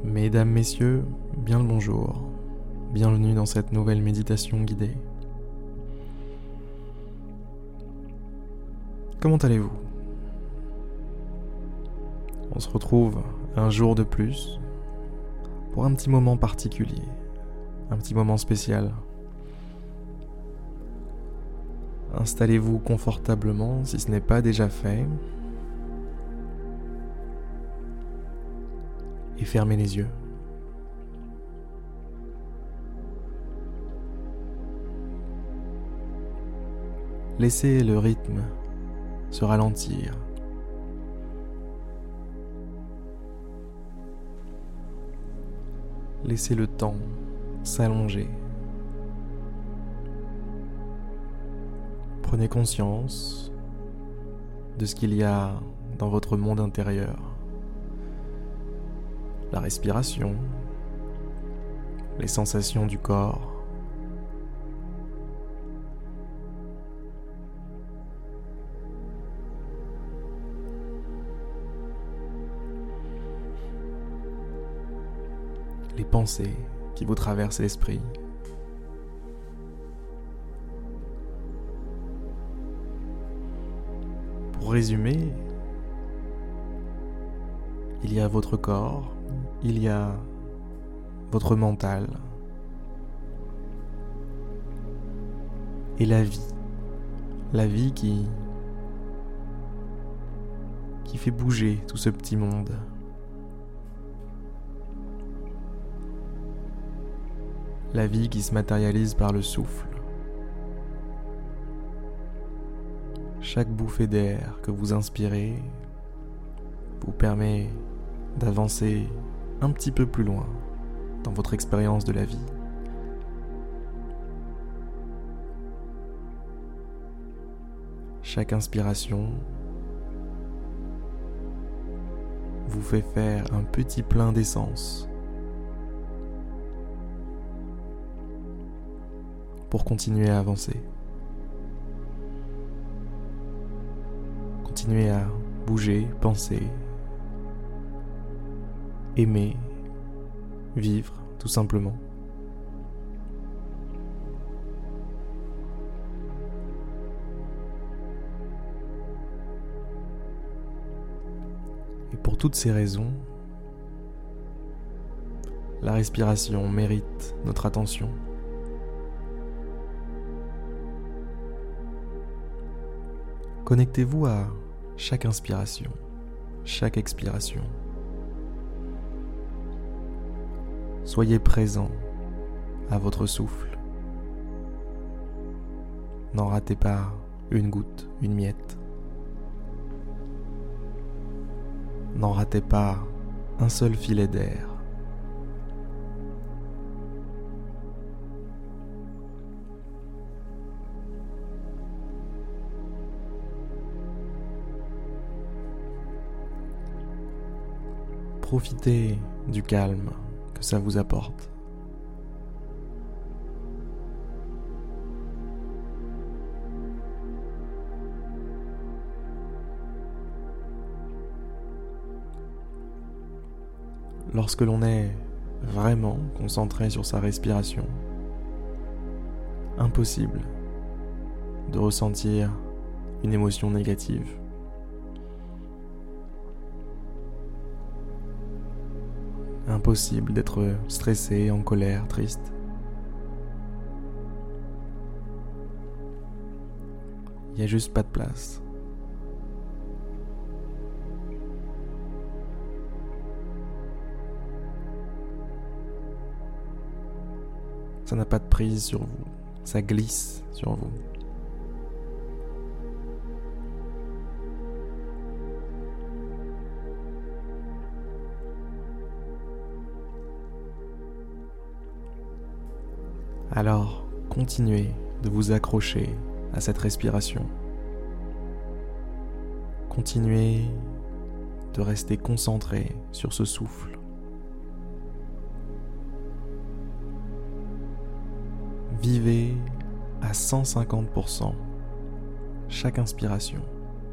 Mesdames, Messieurs, bien le bonjour. Bienvenue dans cette nouvelle méditation guidée. Comment allez-vous ? On se retrouve un jour de plus pour un petit moment particulier, un petit moment spécial. Installez-vous confortablement si ce n'est pas déjà fait et fermez les yeux. Laissez le rythme se ralentir. Laissez le temps s'allonger. Prenez conscience de ce qu'il y a dans votre monde intérieur. La respiration, les sensations du corps. Les pensées qui vous traversent l'esprit. Pour résumer, il y a votre corps, il y a votre mental et la vie qui fait bouger tout ce petit monde. La vie qui se matérialise par le souffle. Chaque bouffée d'air que vous inspirez vous permet d'avancer un petit peu plus loin dans votre expérience de la vie. Chaque inspiration vous fait faire un petit plein d'essence pour continuer à avancer. Continuer à bouger, penser, aimer, vivre, tout simplement. Et pour toutes ces raisons, la respiration mérite notre attention. Connectez-vous à chaque inspiration, chaque expiration. Soyez présent à votre souffle. N'en ratez pas une goutte, une miette. N'en ratez pas un seul filet d'air. Profitez du calme que ça vous apporte. Lorsque l'on est vraiment concentré sur sa respiration, impossible de ressentir une émotion négative. Impossible d'être stressé, en colère, triste. Il n'y a juste pas de place. Ça n'a pas de prise sur vous, ça glisse sur vous. Alors, continuez de vous accrocher à cette respiration. Continuez de rester concentré sur ce souffle. Vivez à 150% chaque inspiration,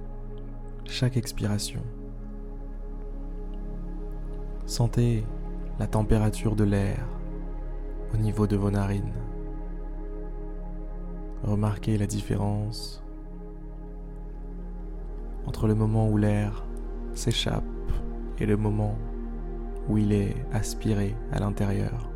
chaque expiration. Sentez la température de l'air au niveau de vos narines. Remarquez la différence entre le moment où l'air s'échappe et le moment où il est aspiré à l'intérieur.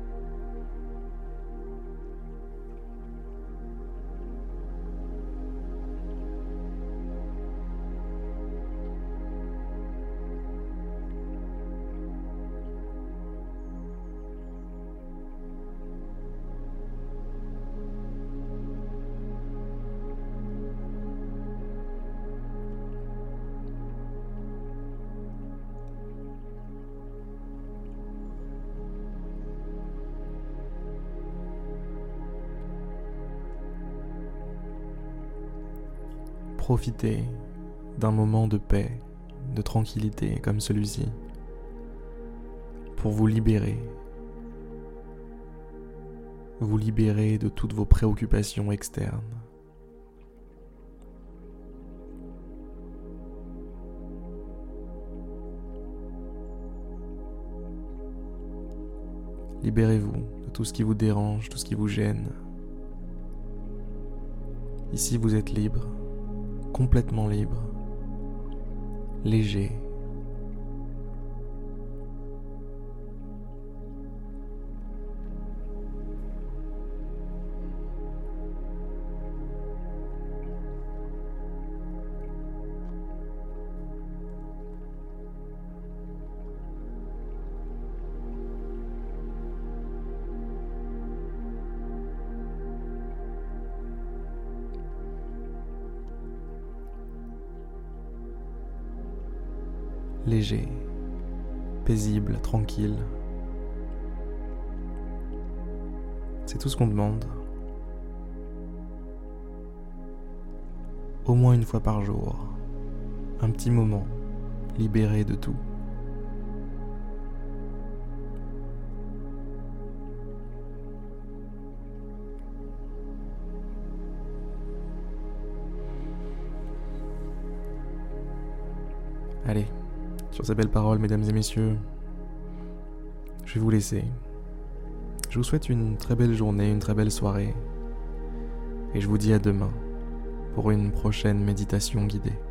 Profitez d'un moment de paix, de tranquillité comme celui-ci, pour vous libérer de toutes vos préoccupations externes. Libérez-vous de tout ce qui vous dérange, tout ce qui vous gêne. Ici, vous êtes libre. Complètement libre, léger. Léger, paisible, tranquille. C'est tout ce qu'on demande. Au moins une fois par jour, un petit moment, libéré de tout. Allez. Sur ces belles paroles, mesdames et messieurs, je vais vous laisser. Je vous souhaite une très belle journée, une très belle soirée. Et je vous dis à demain pour une prochaine méditation guidée.